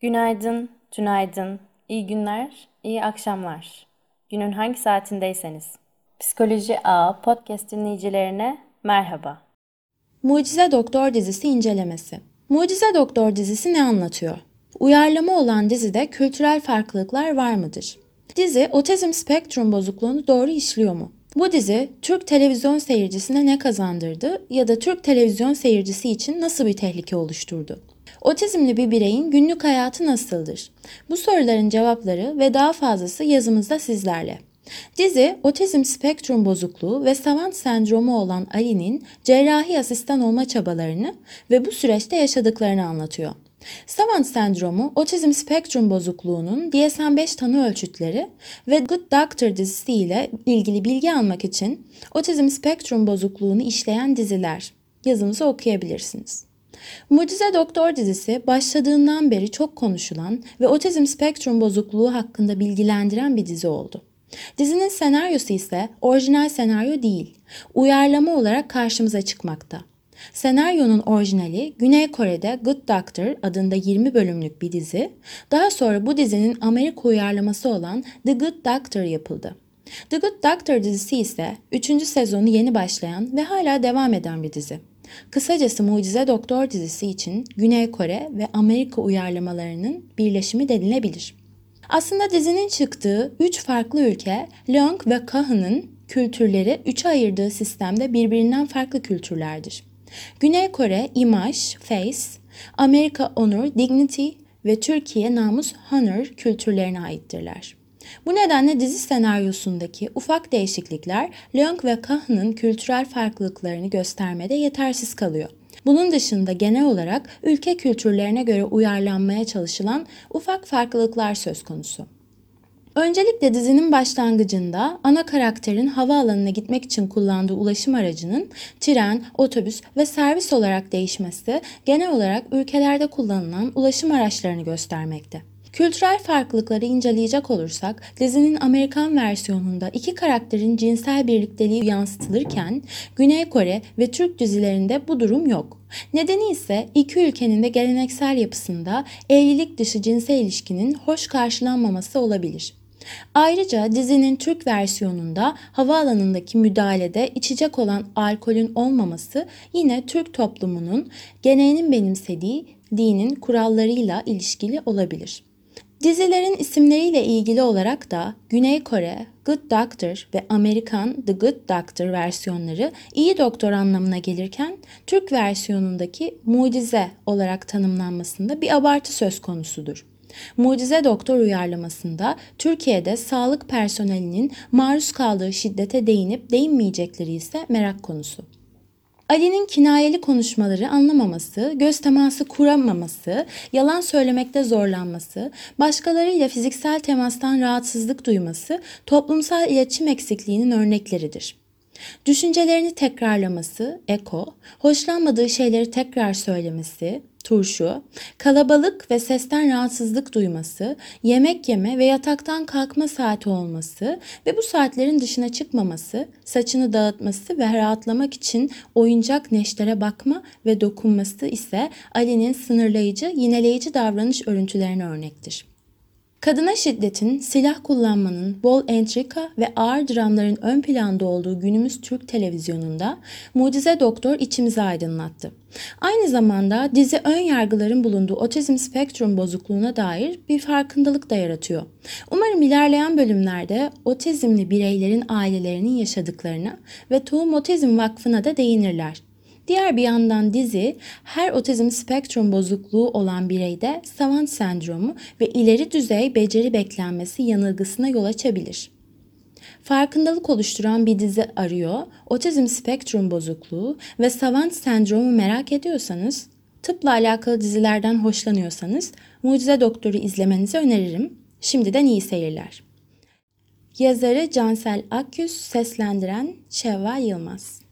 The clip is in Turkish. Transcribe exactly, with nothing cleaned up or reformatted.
Günaydın, tünaydın, iyi günler, iyi akşamlar. Günün hangi saatindeyseniz. Psikoloji A podcast dinleyicilerine merhaba. Mucize Doktor dizisi incelemesi. Mucize Doktor dizisi ne anlatıyor? Uyarlama olan dizide kültürel farklılıklar var mıdır? Dizi otizm spektrum bozukluğunu doğru işliyor mu? Bu dizi Türk televizyon seyircisine ne kazandırdı ya da Türk televizyon seyircisi için nasıl bir tehlike oluşturdu? Otizmli bir bireyin günlük hayatı nasıldır? Bu soruların cevapları ve daha fazlası yazımızda sizlerle. Dizi, otizm spektrum bozukluğu ve savant sendromu olan Ali'nin cerrahi asistan olma çabalarını ve bu süreçte yaşadıklarını anlatıyor. Savant sendromu, otizm spektrum bozukluğunun D S M beş tanı ölçütleri ve Good Doctor dizisi ile ilgili bilgi almak için otizm spektrum bozukluğunu işleyen diziler yazımızı okuyabilirsiniz. Mucize Doktor dizisi başladığından beri çok konuşulan ve otizm spektrum bozukluğu hakkında bilgilendiren bir dizi oldu. Dizinin senaryosu ise orijinal senaryo değil, uyarlama olarak karşımıza çıkmakta. Senaryonun orijinali Güney Kore'de Good Doctor adında yirmi bölümlük bir dizi, daha sonra bu dizinin Amerika uyarlaması olan The Good Doctor yapıldı. The Good Doctor dizisi ise üçüncü sezonu yeni başlayan ve hala devam eden bir dizi. Kısacası Mucize Doktor dizisi için Güney Kore ve Amerika uyarlamalarının birleşimi denilebilir. Aslında dizinin çıktığı üç farklı ülke, Leong ve Kahı'nın kültürleri üçe ayırdığı sistemde birbirinden farklı kültürlerdir. Güney Kore, image, face, Amerika honor, dignity ve Türkiye namus, honor kültürlerine aittirler. Bu nedenle dizi senaryosundaki ufak değişiklikler Leong ve Kahı'nın kültürel farklılıklarını göstermede yetersiz kalıyor. Bunun dışında genel olarak ülke kültürlerine göre uyarlanmaya çalışılan ufak farklılıklar söz konusu. Öncelikle dizinin başlangıcında ana karakterin havaalanına gitmek için kullandığı ulaşım aracının tren, otobüs ve servis olarak değişmesi genel olarak ülkelerde kullanılan ulaşım araçlarını göstermekte. Kültürel farklılıkları inceleyecek olursak, dizinin Amerikan versiyonunda iki karakterin cinsel birlikteliği yansıtılırken, Güney Kore ve Türk dizilerinde bu durum yok. Nedeni ise iki ülkenin de geleneksel yapısında evlilik dışı cinsel ilişkinin hoş karşılanmaması olabilir. Ayrıca dizinin Türk versiyonunda havaalanındaki müdahalede içecek olan alkolün olmaması yine Türk toplumunun genelinin benimsediği dinin kurallarıyla ilişkili olabilir. Dizilerin isimleriyle ilgili olarak da Güney Kore, Good Doctor ve Amerikan The Good Doctor versiyonları iyi doktor anlamına gelirken Türk versiyonundaki mucize olarak tanımlanmasında bir abartı söz konusudur. Mucize Doktor uyarlamasında Türkiye'de sağlık personelinin maruz kaldığı şiddete değinip değinmeyecekleri ise merak konusu. Ali'nin kinayeli konuşmaları anlamaması, göz teması kuramaması, yalan söylemekte zorlanması, başkalarıyla fiziksel temastan rahatsızlık duyması toplumsal iletişim eksikliğinin örnekleridir. Düşüncelerini tekrarlaması, eko, hoşlanmadığı şeyleri tekrar söylemesi, turşu, kalabalık ve sesten rahatsızlık duyması, yemek yeme ve yataktan kalkma saati olması ve bu saatlerin dışına çıkmaması, saçını dağıtması ve rahatlamak için oyuncak neştere bakma ve dokunması ise Ali'nin sınırlayıcı, yineleyici davranış örüntülerine örnektir. Kadına şiddetin, silah kullanmanın, bol entrika ve ağır dramların ön planda olduğu günümüz Türk televizyonunda Mucize Doktor içimizi aydınlattı. Aynı zamanda dizi ön yargıların bulunduğu otizm spektrum bozukluğuna dair bir farkındalık da yaratıyor. Umarım ilerleyen bölümlerde otizmli bireylerin ailelerinin yaşadıklarına ve Tohum Otizm Vakfı'na da değinirler. Diğer bir yandan dizi her otizm spektrum bozukluğu olan bireyde savant sendromu ve ileri düzey beceri beklenmesi yanılgısına yol açabilir. Farkındalık oluşturan bir dizi arıyor, otizm spektrum bozukluğu ve savant sendromu merak ediyorsanız, tıpla alakalı dizilerden hoşlanıyorsanız Mucize Doktor'u izlemenizi öneririm. Şimdiden iyi seyirler. Yazarı Cansel Akyüz, seslendiren Şevval Yılmaz.